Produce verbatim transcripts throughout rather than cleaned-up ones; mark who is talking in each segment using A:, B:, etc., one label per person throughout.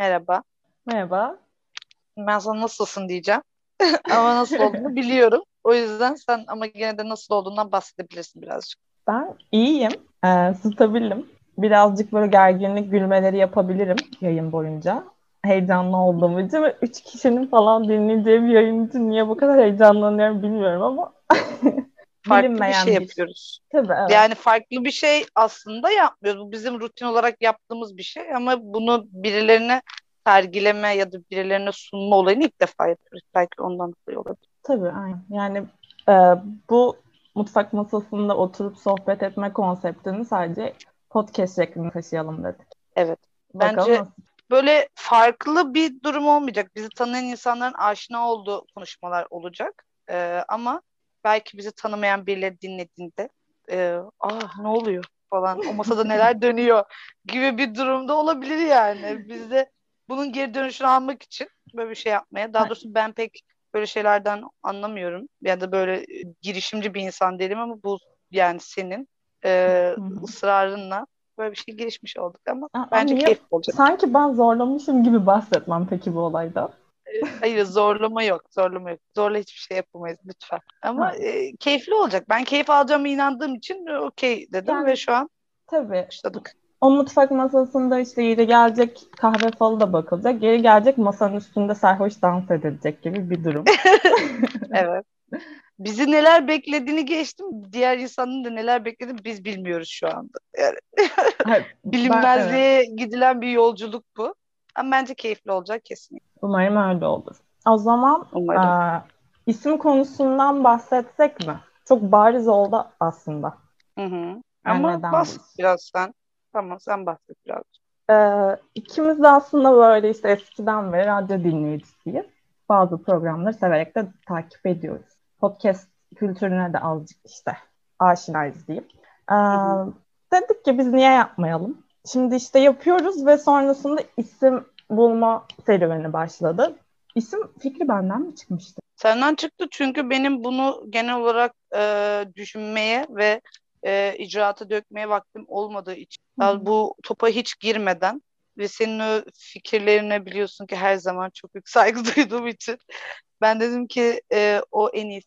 A: Merhaba.
B: Merhaba.
A: Ben sana nasılsın diyeceğim. Ama nasıl olduğunu biliyorum. O yüzden sen ama gene de nasıl olduğundan bahsedebilirsin birazcık.
B: Ben iyiyim. Ee, stabilim. Birazcık böyle gerginlik gülmeleri yapabilirim yayın boyunca. Heyecanlı olduğum için ve üç kişinin falan dinleyeceği bir yayın için niye bu kadar heyecanlanıyorum bilmiyorum ama
A: Farklı bir şey
B: bilinmeyen bir.
A: yapıyoruz.
B: Tabii evet.
A: Yani farklı bir şey aslında yapmıyoruz. Bu bizim rutin olarak yaptığımız bir şey ama bunu birilerine sergileme ya da birilerine sunma olayını ilk defa yapıyoruz. Belki ondan dolayı olabilir.
B: Tabii aynen. Yani e, bu mutfak masasında oturup sohbet etme konseptini sadece podcast şeklinde taşıyalım dedik.
A: Evet.
B: Bakalım
A: Bence
B: nasıl?
A: böyle farklı bir durum olmayacak. Bizi tanıyan insanların aşina olduğu konuşmalar olacak. Ee, ama belki bizi tanımayan birileri dinlediğinde e, ah ne oluyor falan o masada neler dönüyor gibi bir durumda olabilir yani. Biz de bunun geri dönüşünü almak için böyle bir şey yapmaya. Daha doğrusu ben pek böyle şeylerden anlamıyorum. Ya da böyle e, girişimci bir insan değilim ama bu yani senin e,
B: Hı hı.
A: ısrarınla böyle bir şey girişmiş olduk ama
B: Ama
A: bence
B: niye?
A: keyifli olacak.
B: Sanki ben zorlamışım gibi bahsetmem peki bu olayda.
A: Hayır zorlama yok, zorlama yok. Zorla hiçbir şey yapamayız lütfen. Ama
B: Ha,
A: e, keyifli olacak. Ben keyif alacağıma inandığım için e, okey dedim ve
B: yani
A: şu an
B: tabii
A: başladık.
B: o mutfak masasında işte yeri gelecek kahve falı da bakılacak. Geri gelecek masanın üstünde sarhoş dans edilecek gibi bir durum.
A: Evet. Bizi neler beklediğini geçtim. Diğer insanın da neler beklediğini biz bilmiyoruz şu anda. Yani
B: Hayır, ben evet.
A: bilinmezliğe gidilen bir yolculuk bu. Ama bence keyifli olacak kesinlikle.
B: Umarım öyle olur. O zaman e,
A: Umarım.
B: isim konusundan bahsetsek mi? Çok bariz oldu aslında.
A: Hı hı.
B: Yani
A: Ama
B: neden bu
A: bahset
B: iş?
A: biraz sen. Tamam sen bahset biraz.
B: Ee, ikimiz de aslında böyle işte eskiden beri radyo dinleyicisiyiz. Bazı programları severek de takip ediyoruz. Podcast kültürüne de azıcık işte aşinayız diyeyim. Ee,
A: Hı hı.
B: dedik ki biz niye yapmayalım? Şimdi işte yapıyoruz ve sonrasında isim bulma serüveni başladı. İsim fikri benden mi çıkmıştı?
A: Senden çıktı çünkü benim bunu genel olarak e, düşünmeye ve e, icraata dökmeye vaktim olmadığı için
B: Hı
A: yani
B: hı.
A: bu topa hiç girmeden ve senin o fikirlerine biliyorsun ki her zaman çok büyük saygı duyduğum için ben dedim ki e, o en iyi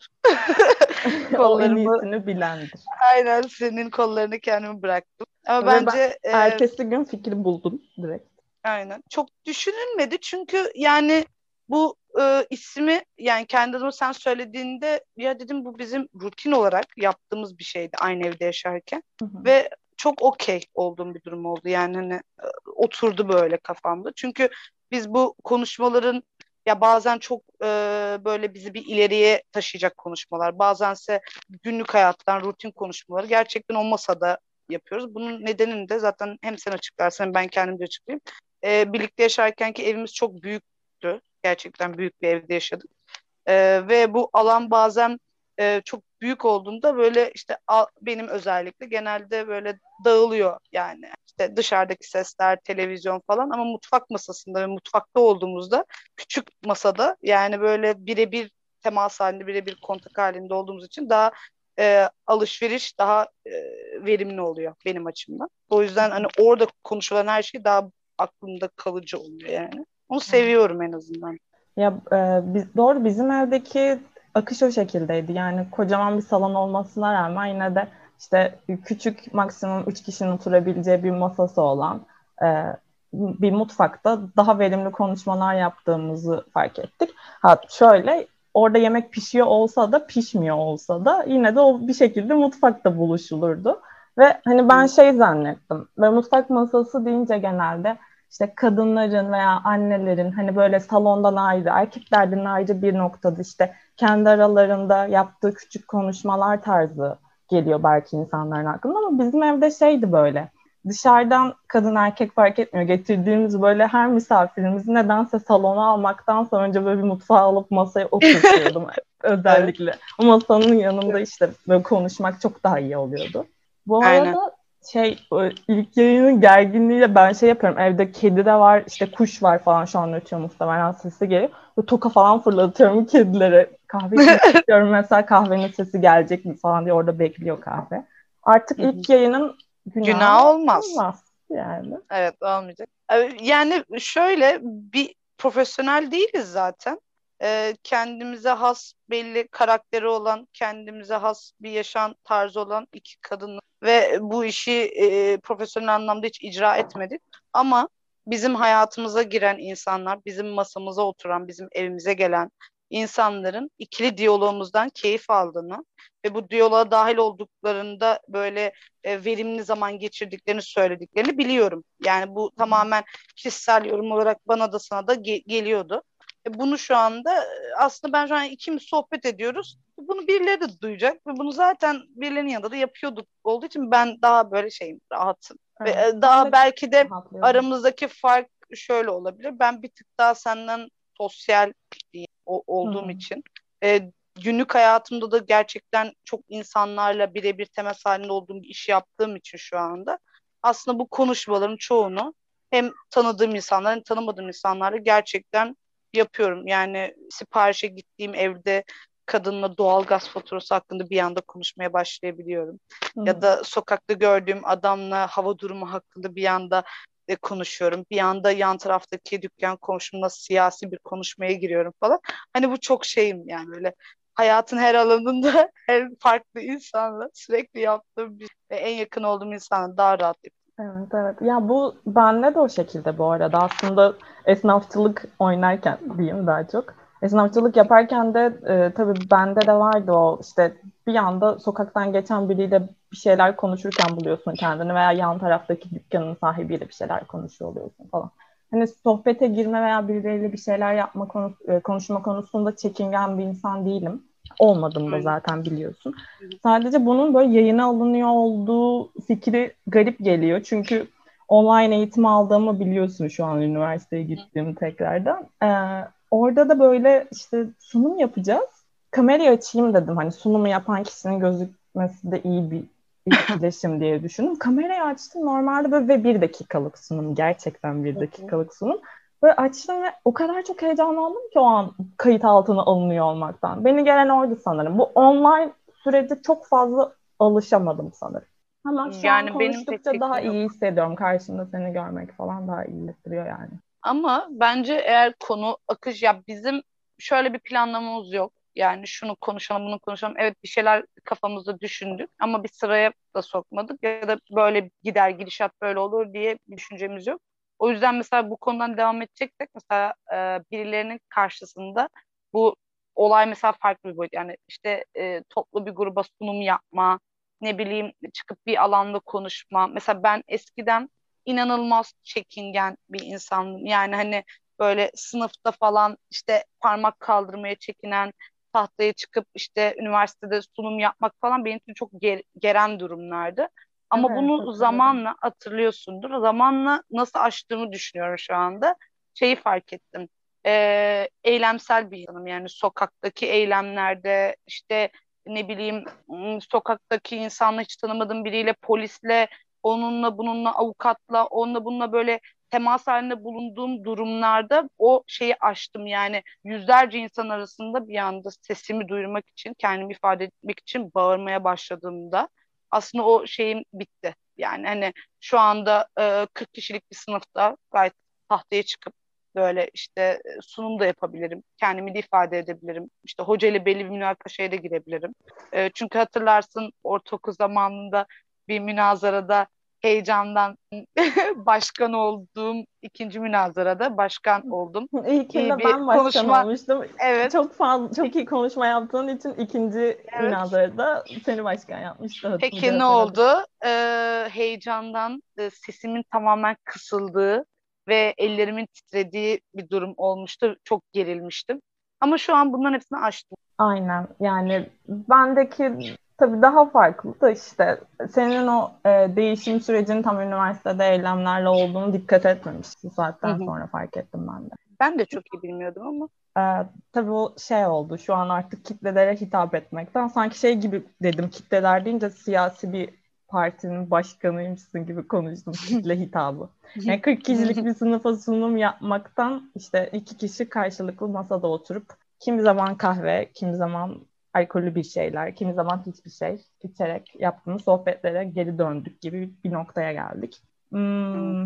B: O en
A: kollarımı
B: iyisini bilendir.
A: aynen senin kollarını kendime bıraktım. Ama
B: Ve ben
A: bence e,
B: ertesi gün fikri buldum direkt.
A: aynen. Çok düşünülmedi çünkü yani bu e, ismi yani kendi adıma sen söylediğinde ya dedim bu bizim rutin olarak yaptığımız bir şeydi aynı evde yaşarken
B: Hı hı.
A: ve çok okey olduğum bir durum oldu yani hani e, oturdu böyle kafamda. Çünkü biz bu konuşmaların ya bazen çok e, böyle bizi bir ileriye taşıyacak konuşmalar, bazense günlük hayattan rutin konuşmaları gerçekten o masada yapıyoruz. Bunun nedenini de zaten hem sen açıklarsın hem ben kendim de açıklayayım. E, birlikte yaşarkenki evimiz çok büyüktü. Gerçekten büyük bir evde yaşadık. E, ve bu alan bazen e, çok büyük olduğunda böyle işte a- benim özellikle genelde böyle dağılıyor yani. İşte dışarıdaki sesler, televizyon falan ama mutfak masasında ve mutfakta olduğumuzda küçük masada yani böyle birebir temas halinde, birebir kontak halinde olduğumuz için daha e, alışveriş daha e, verimli oluyor benim açımdan. O yüzden hani orada konuşulan her şey daha aklımda kalıcı oluyor yani. Onu seviyorum en azından.
B: Ya e, biz, doğru bizim evdeki akış o şekildeydi. Yani kocaman bir salon olmasına rağmen yine de işte küçük maksimum üç kişinin oturabileceği bir masası olan e, bir mutfakta daha verimli konuşmalar yaptığımızı fark ettik. Ha şöyle orada yemek pişiyor olsa da pişmiyor olsa da yine de o bir şekilde mutfakta buluşulurdu. Ve hani ben
A: Hı.
B: şey zannettim ve mutfak masası deyince genelde işte kadınların veya annelerin hani böyle salondan ayrı, erkeklerden ayrı bir noktada işte kendi aralarında yaptığı küçük konuşmalar tarzı geliyor belki insanların aklına ama bizim evde şeydi böyle. Dışarıdan kadın erkek fark etmiyor. Getirdiğimiz böyle her misafirimizi nedense salona almaktansa önce böyle bir mutfağa alıp masaya oturtuyordum
A: Evet.
B: özellikle. O masanın yanında işte böyle konuşmak çok daha iyi oluyordu. Bu
A: Aynen.
B: arada şey ilk yayının gerginliğiyle ben şey yapıyorum. Evde kedi de var, işte kuş var falan şu an ötüyor muhtemelen sesi geliyor. Ve toka falan fırlatıyorum kedilere. Kahve içmek istiyorum mesela kahvenin sesi gelecek mi falan diye orada bekliyor kahve. Artık
A: Hı hı.
B: ilk yayının günahı
A: Günah olmaz.
B: olmaz yani.
A: Evet olmayacak. Yani şöyle, bir profesyonel değiliz zaten. Ee, kendimize has belli karakteri olan, kendimize has bir yaşam tarzı olan iki kadın ve bu işi e, profesyonel anlamda hiç icra etmedik. Ama bizim hayatımıza giren insanlar, bizim masamıza oturan, bizim evimize gelen insanların ikili diyalogumuzdan keyif aldığını ve bu diyaloğa dahil olduklarında böyle e, verimli zaman geçirdiklerini söylediklerini biliyorum. Yani bu tamamen kişisel yorum olarak bana da sana da ge- geliyordu. E, bunu şu anda e, aslında ben şu an ikimiz sohbet ediyoruz. Bunu birileri de duyacak ve bunu zaten birilerinin yanında da yapıyorduk olduğu için ben daha böyle şeyim, rahatım. Ve
B: Evet.
A: e,
B: Ben
A: daha
B: de
A: belki de
B: rahatlıyorum.
A: aramızdaki fark şöyle olabilir. Ben bir tık daha senden sosyal diye- o-
B: Hı
A: olduğum
B: hı.
A: için e, günlük hayatımda da gerçekten çok insanlarla birebir temas halinde olduğum bir iş yaptığım için şu anda aslında bu konuşmaların çoğunu hem tanıdığım insanlar hem tanımadığım insanlarla gerçekten yapıyorum. Yani siparişe gittiğim evde kadınla doğalgaz faturası hakkında bir anda konuşmaya başlayabiliyorum.
B: Hı
A: Ya
B: hı.
A: da sokakta gördüğüm adamla hava durumu hakkında bir anda e, konuşuyorum. Bir anda yan taraftaki dükkan komşumla siyasi bir konuşmaya giriyorum falan. Hani bu çok şeyim yani, böyle hayatın her alanında her farklı insanla sürekli yaptığım bir ve en yakın olduğum insanla daha rahat yapıyorum.
B: Evet, evet. Ya bu bende de o şekilde bu arada. Aslında esnafçılık oynarken diyeyim daha çok. Esnafçılık yaparken de e, tabii bende de vardı o işte bir anda sokaktan geçen biriyle bir şeyler konuşurken buluyorsun kendini veya yan taraftaki dükkanın sahibiyle bir şeyler konuşuyor oluyorsun falan. Hani sohbete girme veya birileriyle bir şeyler yapma konu, e, konuşma konusunda çekingen bir insan değilim. Olmadım da
A: Aynen.
B: zaten biliyorsun. Sadece bunun böyle yayına alınıyor olduğu fikri garip geliyor. Çünkü online eğitim aldığımı biliyorsun şu an üniversiteye gittiğim tekrardan. Ee, orada da böyle işte sunum yapacağız. Kamerayı açayım dedim. Hani sunumu yapan kişinin gözükmesi de iyi bir etkileşim diye düşündüm. Kamerayı açtım normalde böyle ve bir dakikalık sunum. Gerçekten bir
A: Hı hı.
B: dakikalık sunum. Böyle açtım ve o kadar çok heyecanlandım ki o an kayıt altına alınıyor olmaktan. Beni gelen oydu sanırım. Bu online sürece çok fazla alışamadım sanırım. Ama şu an
A: Yani benim pek
B: konuştukça daha
A: fikrim
B: iyi
A: yok.
B: hissediyorum. Karşımda seni görmek falan daha iyi hissettiriyor yani.
A: Ama bence eğer konu akış, ya bizim şöyle bir planlamamız yok. Yani şunu konuşalım, bunu konuşalım. Evet, bir şeyler kafamızda düşündük ama bir sıraya da sokmadık ya da böyle gider gidişat böyle olur diye bir düşüncemiz yok. O yüzden mesela bu konudan devam edeceksek mesela e, birilerinin karşısında bu olay mesela farklı bir boyut. Yani işte e, toplu bir gruba sunum yapma, ne bileyim çıkıp bir alanda konuşma. Mesela ben eskiden inanılmaz çekingen bir insandım. Yani hani böyle sınıfta falan işte parmak kaldırmaya çekinen, tahtaya çıkıp işte üniversitede sunum yapmak falan benim için çok ger- geren durumlardı. Ama
B: Evet,
A: bunu
B: hatırlıyorum.
A: zamanla hatırlıyorsundur. Zamanla nasıl aştığımı düşünüyorum şu anda. Şeyi fark ettim. Ee, eylemsel bir insanım. Yani sokaktaki eylemlerde işte ne bileyim ım, sokaktaki insanla hiç tanımadığım biriyle, polisle, onunla bununla, avukatla, onunla bununla böyle temas halinde bulunduğum durumlarda o şeyi aştım. Yani yüzlerce insan arasında bir anda sesimi duyurmak için, kendimi ifade etmek için bağırmaya başladığımda aslında o şeyim bitti. Yani hani şu anda e, kırk kişilik bir sınıfta gayet tahtaya çıkıp böyle işte e, sunum da yapabilirim. Kendimi de ifade edebilirim. İşte hocayla belli bir münakaşaya da girebilirim. E, çünkü hatırlarsın ortaokul zamanında bir münazarada heyecandan başkan olduğum ikinci münazarada başkan oldum. İyi
B: İlkinde
A: bir
B: ben başkan
A: konuşma.
B: olmuştum.
A: Evet,
B: Çok fazla, çok iyi konuşma yaptığın için ikinci
A: evet.
B: münazarada seni başkan yapmıştı.
A: Peki ne
B: Hatırladım.
A: oldu? Ee, heyecandan e, sesimin tamamen kısıldığı ve ellerimin titrediği bir durum olmuştu. Çok gerilmiştim. Ama şu an bunların hepsini aştım.
B: Aynen yani bendeki tabii daha farklı da işte senin o e, değişim sürecinin tam üniversitede eylemlerle olduğunu dikkat etmemiştim. Bu
A: Hı
B: saatten
A: hı.
B: sonra fark ettim ben de.
A: Ben de çok iyi bilmiyordum ama.
B: E, tabii o şey oldu şu an artık kitlelere hitap etmekten sanki şey gibi dedim kitleler deyince siyasi bir partinin başkanıymışsın gibi konuştum kitle hitabı. Yani kırk kişilik bir sınıfa sunum yapmaktan işte iki kişi karşılıklı masada oturup kimi zaman kahve, kimi zaman alkollü bir şeyler, kimi zaman hiçbir şey içerek yaptığımız sohbetlere geri döndük gibi bir noktaya geldik. Hmm,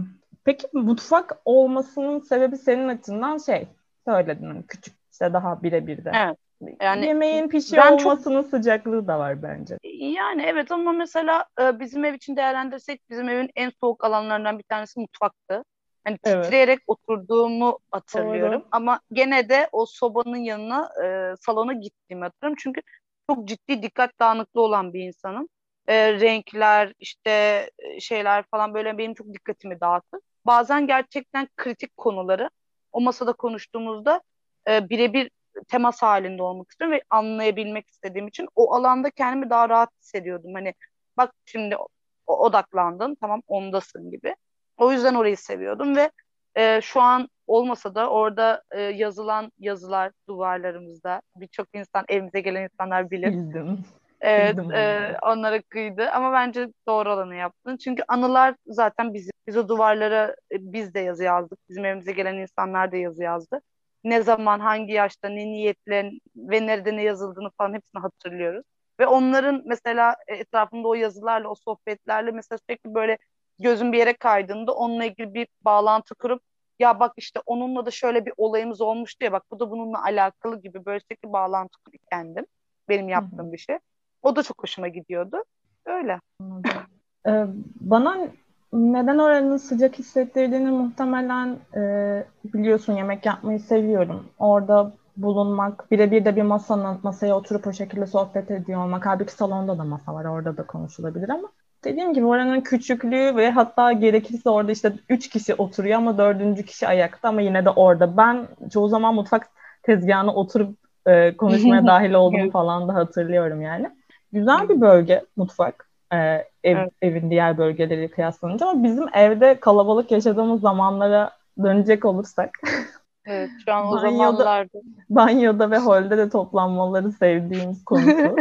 B: Peki mutfak olmasının sebebi senin açından şey, söyledin hani küçük işte daha birebir de.
A: Evet. Yani
B: Yemeğin pişiyor
A: ben çok
B: olmasının sıcaklığı da var bence.
A: yani evet ama mesela e, bizim ev için değerlendirsek bizim evin en soğuk alanlarından bir tanesi mutfaktı. Hani
B: Evet.
A: titreyerek oturduğumu
B: Doğru.
A: hatırlıyorum ama gene de o sobanın yanına e, salona gittiğimi hatırlıyorum. Çünkü çok ciddi dikkat dağınıklığı olan bir insanım. E, renkler işte e, şeyler falan böyle benim çok dikkatimi dağıtır. Bazen gerçekten kritik konuları o masada konuştuğumuzda e, birebir temas halinde olmak istiyorum ve anlayabilmek istediğim için o alanda kendimi daha rahat hissediyordum. Hani bak şimdi o- odaklandın, tamam ondasın gibi. O yüzden orayı seviyordum ve e, şu an olmasa da orada e, yazılan yazılar duvarlarımızda birçok insan, evimize gelen insanlar bilir.
B: Bildim.
A: Evet,
B: Bildim
A: e,
B: onları.
A: onlara kıydı ama bence doğru olanı yaptın. Çünkü anılar zaten bizim. Biz o duvarlara e, biz de yazı yazdık. Bizim evimize gelen insanlar da yazı yazdı. Ne zaman, hangi yaşta, ne niyetle ve nerede ne yazıldığını falan hepsini hatırlıyoruz. Ve onların mesela e, etrafında o yazılarla, o sohbetlerle mesela sürekli böyle gözüm bir yere kaydığında onunla ilgili bir bağlantı kurup ya bak işte onunla da şöyle bir olayımız olmuştu ya bak bu da bununla alakalı gibi böyle sürekli bağlantı kurup kendim. Benim
B: Hı hı.
A: yaptığım bir şey. O da çok hoşuma gidiyordu. Öyle.
B: Anladım. Ee, bana neden oranın sıcak hissettirdiğini muhtemelen e, biliyorsun, yemek yapmayı seviyorum. Orada bulunmak, birebir de bir masanın masaya oturup o şekilde sohbet ediyor olmak. Halbuki salonda da masa var, orada da konuşulabilir ama dediğim gibi oranın küçüklüğü ve hatta gerekirse orada işte üç kişi oturuyor ama dördüncü kişi ayakta ama yine de orada. Ben çoğu zaman mutfak tezgahına oturup e, konuşmaya dahil oldum
A: Evet.
B: falan da hatırlıyorum yani. Güzel bir bölge mutfak, e, ev,
A: Evet,
B: evin diğer bölgeleri kıyaslanınca, ama bizim evde kalabalık yaşadığımız zamanlara dönecek olursak
A: evet. Şu an o
B: banyoda
A: zamanlarda.
B: banyoda ve holde de toplanmaları sevdiğimiz konusu.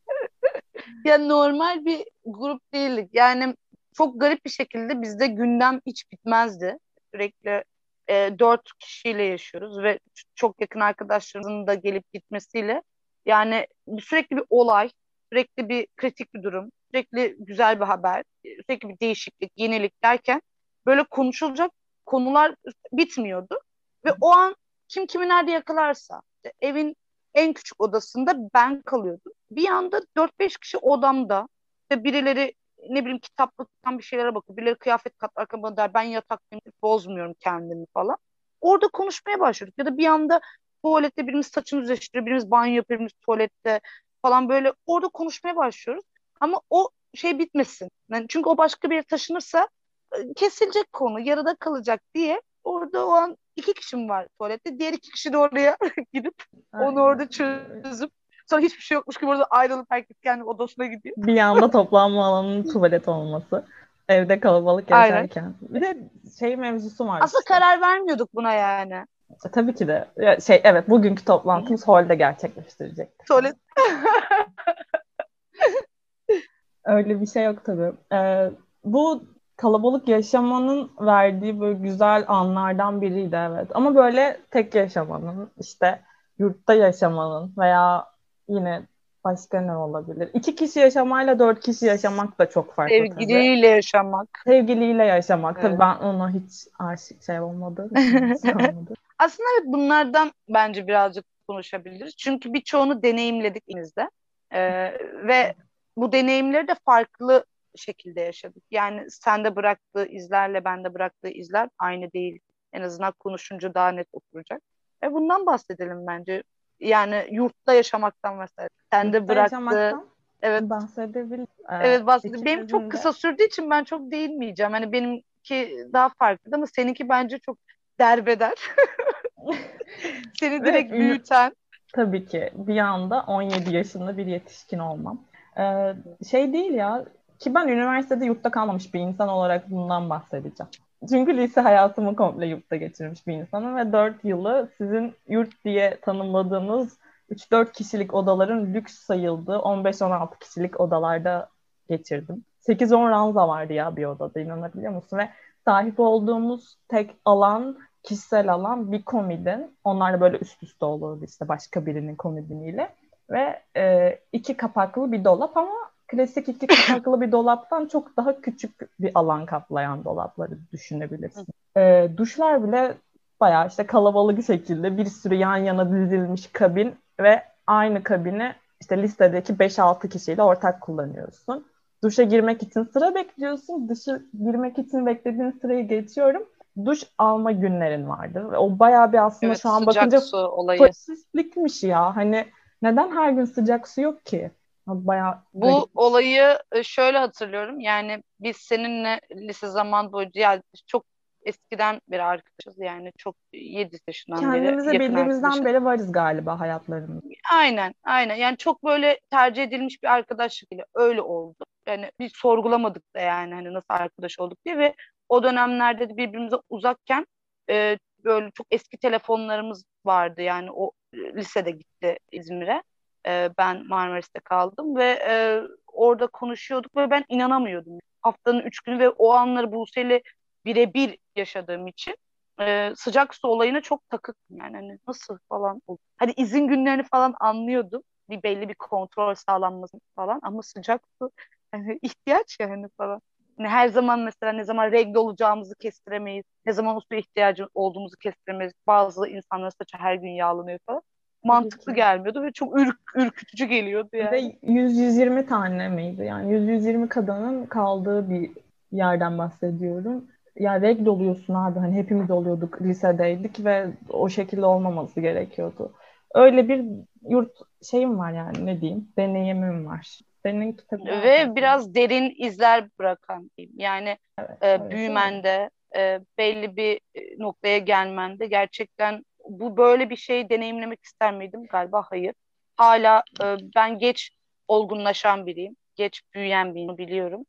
A: Ya normal bir grup değildik. Yani çok garip bir şekilde bizde gündem hiç bitmezdi. Sürekli e, dört kişiyle yaşıyoruz ve ç- çok yakın arkadaşlarımızın da gelip gitmesiyle yani sürekli bir olay, sürekli bir kritik bir durum, sürekli güzel bir haber, sürekli bir değişiklik, yenilik derken böyle konuşulacak konular bitmiyordu. Ve o an kim kimi nerede yakalarsa işte evin en küçük odasında ben kalıyordum. Bir anda dört beş kişi odamda. İşte birileri ne bileyim kitaplıktan bir şeylere bakıyor. Birileri kıyafet katlarken bana der ben yataktayım bozmuyorum kendimi falan. Orada konuşmaya başladık. Ya da bir anda tuvalette birimiz saçını düzleştiriyor, birimiz banyo yapıyor, birimiz tuvalette falan böyle orada konuşmaya başlıyoruz. Ama o şey bitmesin. Yani çünkü o başka bir yere taşınırsa e, kesilecek konu, yarıda kalacak diye orada o an iki kişim var tuvalette. Diğer iki kişi de oraya gidip onu orada
B: Aynen.
A: çözüp sonra hiçbir şey yokmuş gibi orada ayrılıp herkes kendi odasına gidiyor.
B: Bir anda toplanma alanının tuvalet olması. Evde kalabalık
A: Aynen.
B: yaşarken. Bir de şey mevzusu var
A: Aslında
B: işte.
A: karar vermiyorduk buna yani.
B: E, tabii ki de. Ya şey, evet, bugünkü toplantımız holde gerçekleştirecektik
A: Tuvalet.
B: falan. Öyle bir şey yok tabii. Ee, bu kalabalık yaşamanın verdiği böyle güzel anlardan biriydi, evet. Ama böyle tek yaşamanın, işte yurtta yaşamanın veya yine başka ne olabilir? İki kişi yaşamayla dört kişi yaşamak da çok farklı tabii.
A: Sevgiliyle yaşamak.
B: Sevgiliyle yaşamak. Tabii
A: Evet.
B: ben ona hiç aşık şey olmadığım için hiç olmadı.
A: Aslında evet bunlardan bence birazcık konuşabiliriz. Çünkü birçoğunu deneyimledik elimizde. Ee, ve bu deneyimleri de farklı şekilde yaşadık. Yani sende bıraktığı izlerle bende bıraktığı izler aynı değil. En azından konuşunca daha net oturacak. Ve bundan bahsedelim bence. Yani yurtta yaşamaktan mesela. Sende
B: Yurtta
A: bıraktığı,
B: yaşamaktan
A: evet,
B: bahsedebilir. Ee,
A: evet bahsedelim. Benim çok
B: ikimizin
A: kısa
B: de
A: sürdüğü için ben çok değinmeyeceğim. Hani benimki daha farklı ama seninki bence çok derbeder. Seni
B: ve
A: direkt
B: ünü-
A: büyüten.
B: tabii ki bir anda on yedi yaşında bir yetişkin olmam. Ee, şey değil ya, ki ben üniversitede yurtta kalmamış bir insan olarak bundan bahsedeceğim. Çünkü lise hayatımı komple yurtta geçirmiş bir insanım ve dört yılı sizin yurt diye tanımladığınız üç dört kişilik odaların lüks sayıldığı on beş on altı kişilik odalarda geçirdim. sekiz on ranza vardı ya bir odada, inanabiliyor musun? Ve sahip olduğumuz tek alan, kişisel alan bir komodin. Onlar da böyle üst üste olurdu işte başka birinin komodiniyle. Ve e, iki kapaklı bir dolap ama klasik iki kapaklı bir dolaptan çok daha küçük bir alan kaplayan dolapları düşünebilirsin. E, duşlar bile bayağı işte kalabalık şekilde bir sürü yan yana dizilmiş kabin ve aynı kabini işte listedeki beş altı kişiyle ortak kullanıyorsun. Duşa girmek için sıra bekliyorsun. Duşa girmek için beklediğin sırayı geçiyorum. Duş alma günlerin vardır. Ve o bayağı bir aslında
A: Evet,
B: şu an
A: sıcak
B: bakınca
A: su olayı.
B: faşistlikmiş ya. Hani neden her gün sıcak su yok ki? Bayağı garip.
A: Bu olayı e, şöyle hatırlıyorum. Yani biz seninle lise zaman boyunca yani çok eskiden beri arkadaşız. Yani çok yedi yaşından beri
B: Kendimizi
A: yakın
B: bildiğimizden
A: arkadaşız.
B: beri varız galiba hayatlarımızda.
A: Aynen, aynen. Yani çok böyle tercih edilmiş bir arkadaşlık ile öyle oldu. Yani biz sorgulamadık da yani hani nasıl arkadaş olduk diye ve o dönemlerde de birbirimize uzakken e, böyle çok eski telefonlarımız vardı. Yani o e, lisede gitti İzmir'e. E, ben Marmaris'te kaldım ve e, orada konuşuyorduk ve ben inanamıyordum. Haftanın üç günü ve o anları Buse'yle birebir yaşadığım için e, sıcak su olayına çok takıktım yani hani nasıl falan oldu. Hani izin günlerini falan anlıyordum. Bir belli bir kontrol sağlanması falan ama sıcak su yani ihtiyaç yani falan. Yani her zaman mesela ne zaman regl olacağımızı kestiremeyiz. Ne zaman o suya ihtiyacı olduğumuzu kestiremeyiz. Bazı insanların saçı her gün yağlanıyor falan.
B: Tabii
A: Mantıklı
B: ki.
A: gelmiyordu ve çok ürk, ürkütücü geliyordu yani.
B: Ve yüz yüz yirmi tane miydi? Yani yüz yüz yirmi kadının kaldığı bir yerden bahsediyorum. Ya regl oluyorsun abi. Hani hepimiz oluyorduk, lisedeydik ve o şekilde olmaması gerekiyordu. Öyle bir yurt şeyim var yani ne diyeyim, deneyimim var. Senin kitabı var
A: Ve
B: zaten.
A: biraz derin izler bırakan diyeyim. Yani
B: Evet,
A: e,
B: orası öyle.
A: büyümende, e, belli bir e, noktaya gelmende gerçekten bu böyle bir şeyi deneyimlemek ister miydim? Galiba hayır. Hala e, ben geç olgunlaşan biriyim. Geç büyüyen biriyim biliyorum.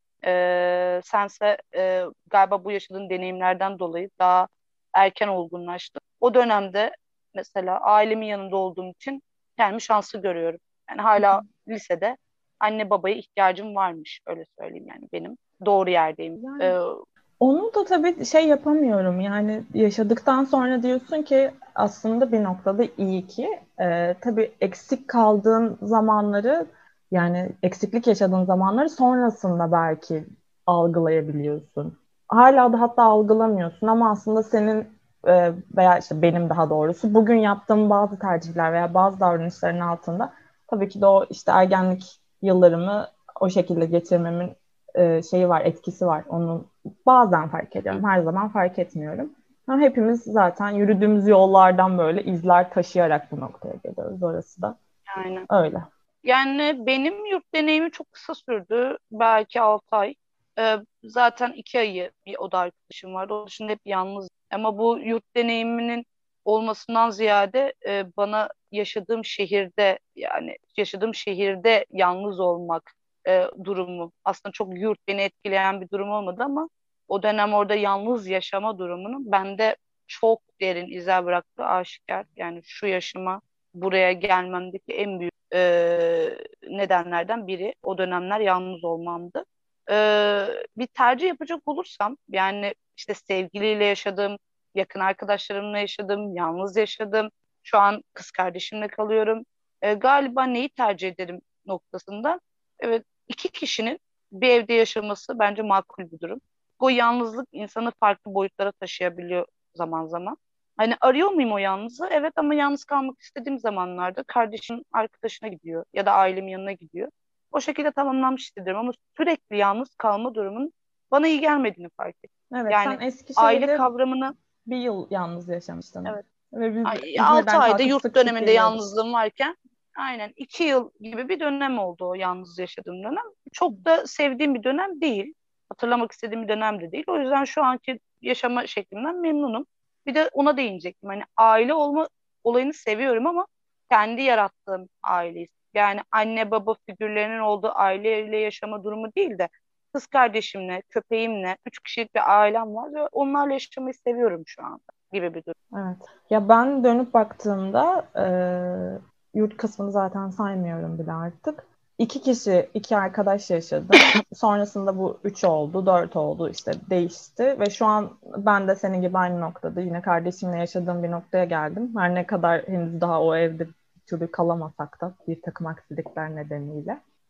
A: E, sense e, galiba bu yaşadığın deneyimlerden dolayı daha erken olgunlaştın. O dönemde mesela ailemin yanında olduğum için kendimi şanslı görüyorum. Yani hala lisede anne babaya ihtiyacım varmış öyle söyleyeyim yani benim. Doğru yerdeyim.
B: Yani
A: Ee,
B: onu da tabii şey yapamıyorum. Yani yaşadıktan sonra diyorsun ki aslında bir noktada iyi ki. Ee, tabii eksik kaldığın zamanları yani eksiklik yaşadığın zamanları sonrasında belki algılayabiliyorsun. Hala da hatta algılamıyorsun ama aslında senin e, veya işte benim daha doğrusu bugün yaptığım bazı tercihler veya bazı davranışların altında tabii ki de o işte ergenlik yıllarımı o şekilde geçirmemin e, şeyi var, etkisi var. Onu bazen fark ediyorum, her zaman fark etmiyorum. Ama hepimiz zaten yürüdüğümüz yollardan böyle izler taşıyarak bu noktaya geliyoruz. Orası da
A: yani.
B: öyle.
A: Yani benim yurt deneyimi çok kısa sürdü. Belki altı ay. Ee, zaten iki ayı bir oda arkadaşım vardı. O dışında hep yalnız. Ama bu yurt deneyiminin olmasından ziyade e, bana yaşadığım şehirde yani yaşadığım şehirde yalnız olmak e, durumu aslında çok yurt beni etkileyen bir durum olmadı ama o dönem orada yalnız yaşama durumunun bende çok derin izler bıraktığı aşikar. Yani şu yaşıma buraya gelmemdeki en büyük e, nedenlerden biri o dönemler yalnız olmamdı. E, bir tercih yapacak olursam yani işte sevgiliyle yaşadım, yakın arkadaşlarımla yaşadım, yalnız yaşadım. Şu an kız kardeşimle kalıyorum. E, galiba neyi tercih ederim noktasında. Evet, iki kişinin bir evde yaşaması bence makul bir durum. O yalnızlık insanı farklı boyutlara taşıyabiliyor zaman zaman. Hani arıyor muyum o yalnızlığı? Evet ama yalnız kalmak istediğim zamanlarda kardeşim arkadaşına gidiyor ya da ailemin yanına gidiyor. O şekilde tamamlanmış hissediyorum ama sürekli yalnız kalma durumunun bana iyi gelmediğini fark ettim.
B: Evet, sen
A: Yani aile
B: Eskişehir'de
A: kavramını
B: bir yıl yalnız yaşamıştın.
A: evet
B: Ve biz
A: altı
B: İzmir'den
A: ayda
B: kalkıp
A: yurt
B: sık sık
A: döneminde
B: geliyorduk.
A: yalnızlığım varken aynen iki yıl gibi bir dönem oldu o yalnız yaşadığım dönem. Çok da sevdiğim bir dönem değil. Hatırlamak istediğim bir dönem de değil. O yüzden şu anki yaşama şeklimden memnunum. Bir de ona değinecektim. Hani aile olma olayını seviyorum ama kendi yarattığım aileyi. Yani anne baba figürlerinin olduğu aileyle yaşama durumu değil de kız kardeşimle, köpeğimle, üç kişilik bir ailem var ve onlarla yaşamayı seviyorum şu anda gibi bir durum.
B: Evet. Ya ben dönüp baktığımda e, yurt kısmını zaten saymıyorum bile artık. İki kişi, iki arkadaş yaşadım. Sonrasında bu üç oldu, dört oldu işte değişti. Ve şu an ben de senin gibi aynı noktada yine kardeşimle yaşadığım bir noktaya geldim. Her ne kadar henüz daha o evde bir türlü kalamasak da bir takım aksilikler nedeniyle.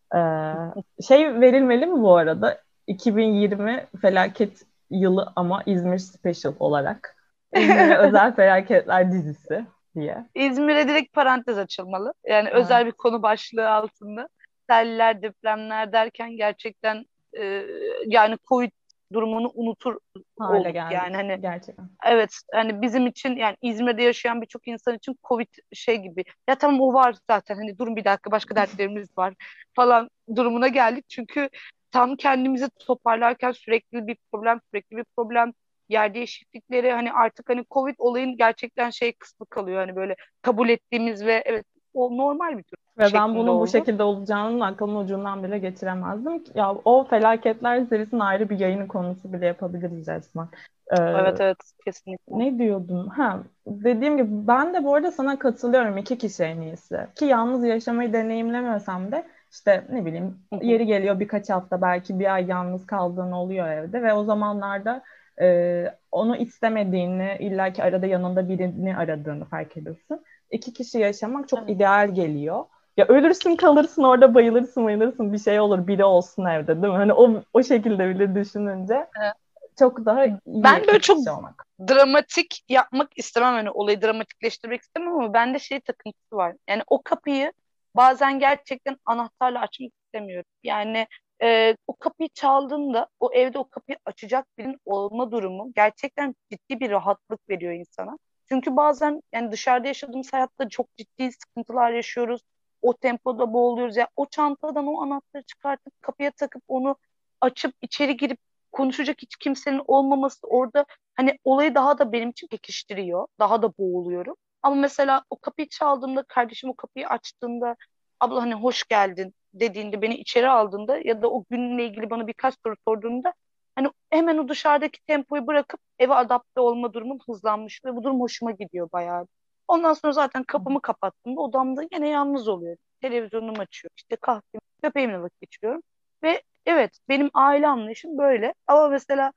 B: Ee, şey verilmeli mi bu arada? iki bin yirmi felaket yılı ama İzmir Special olarak. İzmir'e özel felaketler dizisi diye.
A: İzmir'e direkt parantez açılmalı. Yani
B: Evet.
A: özel bir konu başlığı altında. Seller, depremler derken gerçekten e, yani Covid durumunu unutur
B: Hale
A: olduk.
B: geldik
A: Yani hani
B: gerçekten.
A: evet, hani bizim için, yani İzmir'de yaşayan birçok insan için Covid şey gibi. Ya tamam, o var zaten. Hani durun bir dakika, başka dertlerimiz var falan durumuna geldik. Çünkü tam kendimizi toparlarken sürekli bir problem, sürekli bir problem, yer değişiklikleri, hani artık hani Covid olayın gerçekten şey kısmı kalıyor. Hani böyle kabul ettiğimiz ve evet, o normal bir durum
B: Ve ben
A: şeklinde
B: bunun bu
A: oldu.
B: şekilde olacağının aklımın ucundan bile geçiremezdim. Ya o felaketler serisinin ayrı bir yayını konusu bile yapabiliriz resmen. Ee,
A: Evet, evet, kesinlikle.
B: Ne diyordum? Ha, dediğim gibi ben de bu arada sana katılıyorum, iki kişi en iyisi. Ki yalnız yaşamayı deneyimlemesem de işte ne bileyim,
A: Hı hı.
B: yeri geliyor birkaç hafta belki bir ay yalnız kaldığın oluyor evde ve o zamanlarda e, onu istemediğini, illaki arada yanında birini aradığını fark ediyorsun. İki kişi yaşamak çok
A: Evet.
B: ideal geliyor. Ya ölürsün kalırsın orada, bayılırsın bayılırsın, bir şey olur, biri olsun evde, değil mi? Hani o, o şekilde bile düşününce
A: Evet.
B: çok daha iyi
A: Ben böyle
B: iki
A: çok
B: kişi olmak.
A: dramatik yapmak istemem, hani olayı dramatikleştirmek istemem, ama bende şey takıntısı var. Yani o kapıyı bazen gerçekten anahtarla açmak istemiyorum. Yani e, o kapıyı çaldığında o evde o kapıyı açacak birinin olma durumu gerçekten ciddi bir rahatlık veriyor insana. Çünkü bazen yani dışarıda yaşadığımız hayatta çok ciddi sıkıntılar yaşıyoruz. O tempoda boğuluyoruz. Ya o çantadan o anahtarı çıkartıp kapıya takıp onu açıp içeri girip konuşacak hiç kimsenin olmaması orada hani olayı daha da benim için pekiştiriyor. Daha da boğuluyorum. Ama mesela o kapıyı çaldığımda, kardeşim o kapıyı açtığında, abla hani hoş geldin dediğinde, beni içeri aldığında ya da o günle ilgili bana birkaç soru sorduğunda, hani hemen o dışarıdaki tempoyu bırakıp eve adapte olma durumum hızlanmış ve bu durum hoşuma gidiyor bayağı. Ondan sonra zaten kapımı kapattığımda odamda yine yalnız oluyorum. Televizyonumu açıyorum, işte kahvemi, köpeğimle vakit geçiriyorum. Ve evet, benim aile anlayışım böyle. Ama mesela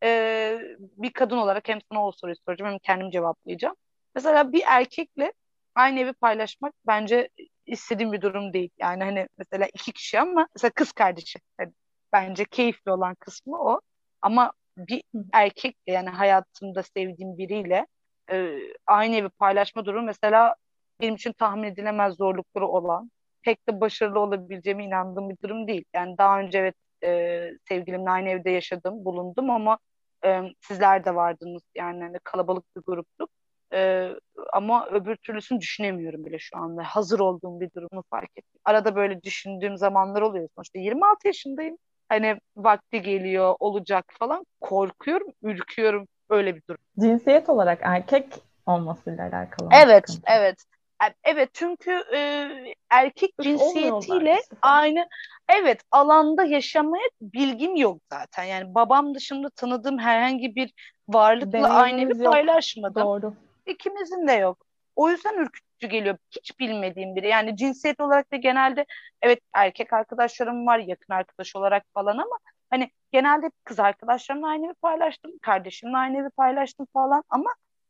A: e, bir kadın olarak hem sana o soruyu soracağım hem kendim cevaplayacağım. Mesela bir erkekle aynı evi paylaşmak bence istediğim bir durum değil. Yani hani mesela iki kişi, ama mesela kız kardeşi. Hani bence keyifli olan kısmı o. Ama bir erkekle, yani hayatımda sevdiğim biriyle e, aynı evi paylaşma durumu mesela benim için tahmin edilemez zorlukları olan, pek de başarılı olabileceğime inandığım bir durum değil. Yani daha önce evet, e, sevgilimle aynı evde yaşadım, bulundum, ama e, sizler de vardınız. Yani hani kalabalık bir gruptuk. E, Ama öbür türlüsünü düşünemiyorum bile şu anda. Hazır olduğum bir durumu fark ettim. Arada böyle düşündüğüm zamanlar oluyor. Sonuçta yirmi altı yaşındayım. Hani vakti geliyor, olacak falan. Korkuyorum, ürküyorum. Öyle bir durum.
B: Cinsiyet olarak erkek olmasıyla alakalı mı
A: Evet,
B: sıkıntı?
A: evet. E- Evet, çünkü e, erkek
B: Üf, olmuyorlar
A: cinsiyetiyle
B: işte falan.
A: aynı, evet, alanda yaşamaya bilgim yok zaten. Yani babam dışında tanıdığım herhangi bir varlıkla aynı evi
B: Deneyimimiz yok.
A: paylaşmadım.
B: Doğru.
A: İkimizin de yok. O yüzden ürkütücü geliyor. Hiç bilmediğim biri. Yani cinsiyet olarak da genelde evet, erkek arkadaşlarım var yakın arkadaş olarak falan, ama hani genelde kız arkadaşlarımla aynı evi paylaştım. Kardeşimle aynı evi paylaştım falan, ama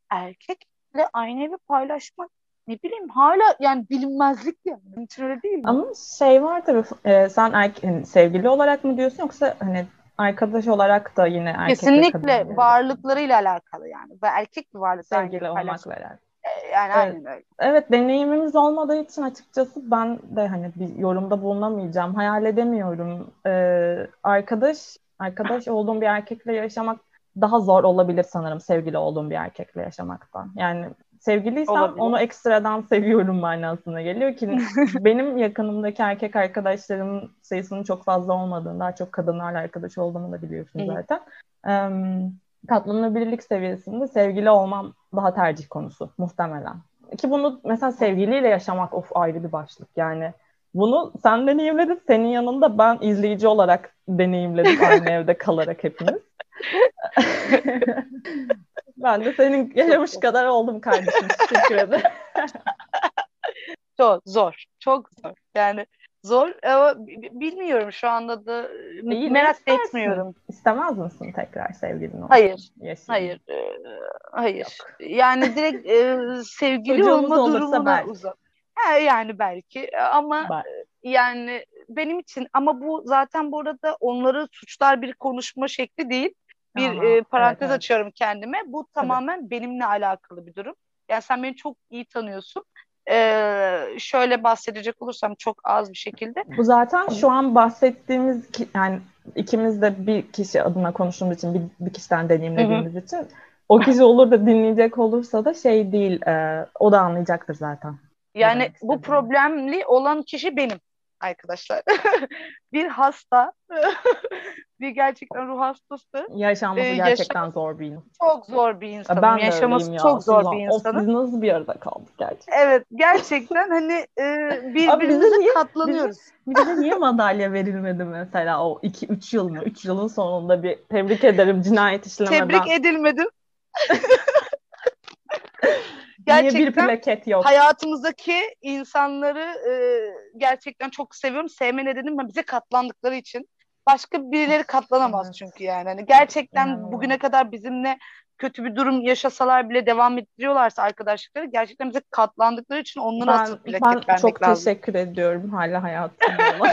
A: erkekle aynı evi paylaşmak, ne bileyim, hala yani bilinmezlik yani. Hiç öyle değil mi?
B: Ama şey var tabii, e, sen erke- hani sevgili olarak mı diyorsun, yoksa hani arkadaş olarak da yine erkek ve kadın
A: Kesinlikle
B: olabilir mi?
A: varlıklarıyla alakalı yani. Ve erkek bir varlıkla aynı evi
B: Sevgili
A: paylaşmak.
B: olmakla alakalı.
A: E, yani
B: Evet.
A: aynen öyle.
B: Evet, deneyimimiz olmadığı için açıkçası ben de hani bir yorumda bulunamayacağım. Hayal edemiyorum. Ee, arkadaş arkadaş olduğum bir erkekle yaşamak daha zor olabilir sanırım sevgili olduğum bir erkekle yaşamaktan. Yani sevgiliysem
A: Olabilir.
B: onu ekstradan seviyorum manasına geliyor ki benim yakınımdaki erkek arkadaşlarımın sayısının çok fazla olmadığını, daha çok kadınlarla arkadaş olduğumu da biliyorsun
A: Hı hı.
B: zaten. Ee, Katlanabilirlik seviyesinde sevgili olmam daha tercih konusu muhtemelen. Ki bunu mesela sevgiliyle yaşamak of ayrı bir başlık. Yani bunu sen deneyimledin. Senin yanında ben izleyici olarak deneyimledik aynı evde kalarak hepimiz. Ben de senin
A: Çok
B: yaşamış
A: zor.
B: kadar oldum kardeşim. Teşekkür ederim.
A: Çok zor. Çok zor. Yani zor, ama bi- bi- bilmiyorum şu anda da, e,
B: İyi, ne
A: merak da
B: istersin?
A: etmiyorum.
B: İstemez misin tekrar sevgilin olsun?
A: Hayır.
B: Yaşayayım.
A: Hayır. e, hayır.
B: Yok.
A: Yani direkt e, sevgili
B: Çocuğumuz
A: olma
B: olursa
A: durumuna
B: belki.
A: uzak. Ha, yani belki, ama
B: Bak.
A: e, yani benim için, ama bu zaten bu arada onları suçlar bir konuşma şekli değil. Bir
B: Aha,
A: e,
B: evet
A: parantez
B: evet.
A: açıyorum kendime. Bu
B: Tabii.
A: tamamen benimle alakalı bir durum. Yani sen beni çok iyi tanıyorsun. Ee, şöyle bahsedecek olursam çok az bir şekilde.
B: Bu zaten şu an bahsettiğimiz ki, yani ikimiz de bir kişi adına konuştuğumuz için, bir, bir kişiden
A: Hı hı.
B: deneyimlediğimiz için, o kişi olur da dinleyecek olursa da şey değil, e, o da anlayacaktır zaten ne
A: Yani
B: demek
A: bu
B: istediğimi.
A: problemli olan kişi benim arkadaşlar. Bir hasta, bir gerçekten ruh hastası. Ee,
B: Yaşanması gerçekten
A: yaşaması
B: zor bir insan.
A: çok zor bir
B: Ya
A: insanım.
B: ben de
A: Yaşaması
B: öyleyim ya.
A: çok zor
B: Suzan.
A: bir
B: Of,
A: insanım.
B: biz nasıl bir arada kaldık gerçekten.
A: Evet, gerçekten hani e,
B: Abi bize
A: birbirimize
B: niye bize
A: katlanıyoruz.
B: bize niye madalya verilmedi mesela o iki üç yıl mı? Üç yılın sonunda bir tebrik ederim cinayet
A: Tebrik
B: işlemeden.
A: edilmedim.
B: Niye bir
A: Gerçekten
B: plaket yok?
A: hayatımızdaki insanları e, gerçekten çok seviyorum. Sevme nedenim ben bize katlandıkları için. Başka birileri katlanamaz
B: Evet,
A: çünkü yani. Hani gerçekten
B: inanılmaz.
A: bugüne kadar bizimle kötü bir durum yaşasalar bile devam ettiriyorlarsa arkadaşlıkları, gerçekten bize katlandıkları için onlara asıl
B: Ben ben
A: plaket vermek
B: çok
A: lazım.
B: teşekkür ediyorum hala hayatımda olan.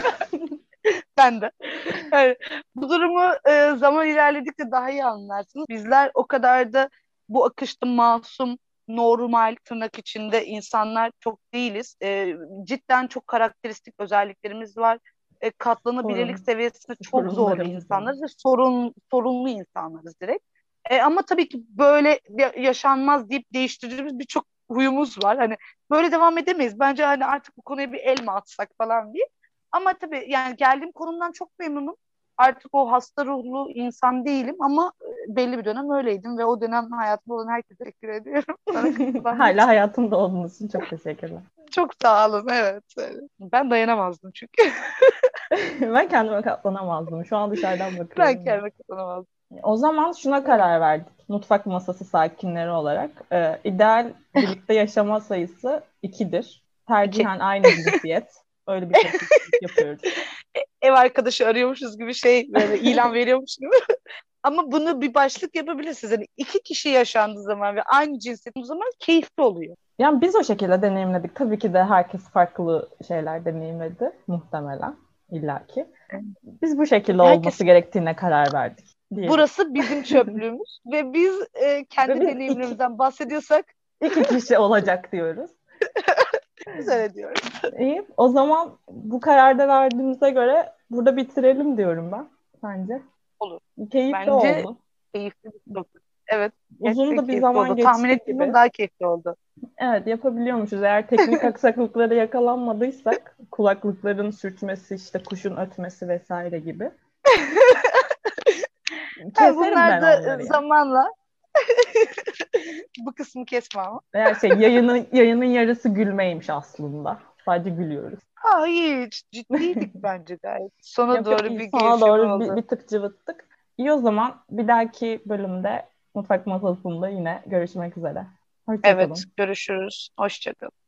A: Ben de. Yani bu durumu e, zaman ilerledikçe daha iyi anlarsınız. Bizler o kadar da bu akışta masum, normal tırnak içinde insanlar çok değiliz. E, cidden çok karakteristik özelliklerimiz var. E, katlanabilirlik
B: Sorun.
A: seviyesinde çok zorlu
B: Sorunlarımız var.
A: insanlarız ve sorun, sorunlu insanlarız direkt. E, ama tabii ki böyle ya- yaşanmaz deyip değiştirdiğimiz birçok huyumuz var. Hani böyle devam edemeyiz. Bence hani artık bu konuya bir el mi atsak falan diye. Ama tabii yani geldiğim konumdan çok memnunum. Artık o hasta ruhlu insan değilim ama e, belli bir dönem öyleydim ve o dönem hayatımda olan herkese teşekkür ediyorum. Bana katılan
B: Hala
A: için.
B: hayatımda olduğunuz için çok teşekkürler.
A: Çok sağ olun, evet. Evet. Ben dayanamazdım çünkü.
B: Ben kendime katlanamazdım. Şu an dışarıdan
A: Ben
B: bakıyorum da.
A: kendime katılamazdım.
B: O zaman şuna
A: Evet.
B: karar verdik. Mutfak masası sakinleri olarak. Ee, ideal birlikte yaşama sayısı ikidir.
A: İki.
B: Tercihen aynı cinsiyet. Öyle bir seçicilik yapıyoruz.
A: Ev arkadaşı arıyormuşuz gibi, şey böyle ilan veriyormuş gibi. Ama bunu bir başlık yapabilirsiniz. Hani iki kişi yaşandığı zaman ve aynı cinsiyet o zaman keyifli oluyor.
B: Yani biz o şekilde deneyimledik. Tabii ki de herkes farklı şeyler deneyimledi muhtemelen illaki. Biz bu şekilde
A: Herkes,
B: olması gerektiğine karar verdik diyelim.
A: burası bizim çöplüğümüz ve biz e,
B: Ve
A: kendi
B: biz iki,
A: deneyimlerimizden bahsediyorsak
B: iki kişi olacak diyoruz.
A: biz öyle diyoruz.
B: İyi. O zaman bu kararda verdiğimize göre burada bitirelim diyorum ben. Sence?
A: Olur.
B: Keyifli
A: Bence
B: oldu.
A: keyifli bir sohbet. Evet,
B: Uzun
A: gerçekten
B: da bir
A: keyifli
B: zaman
A: oldu. Tahmin
B: geçti
A: ettiğimden
B: gibi.
A: daha keyifli oldu.
B: Evet, yapabiliyormuşuz. Eğer teknik aksaklıklara yakalanmadıysak, kulaklıkların sürtmesi, işte kuşun ötmesi vesaire gibi.
A: Ha,
B: Keserim
A: bunlar
B: ben
A: da
B: onları
A: e,
B: ya.
A: zamanla bu kısmı kesme ama.
B: Veya şey yayının yayının yarısı gülmeymiş aslında. Sadece gülüyoruz.
A: Aa, hiç ciddiydik bence gayet. Sona
B: Yok yok,
A: doğru
B: iyi.
A: bir
B: Sana
A: gevşeme
B: doğru bir,
A: oldu.
B: bir tık cıvıttık. İyi, o zaman bir dahaki bölümde mutfak masasında yine görüşmek üzere.
A: Evet,
B: Hoşçakalın.
A: görüşürüz. Hoşça kal.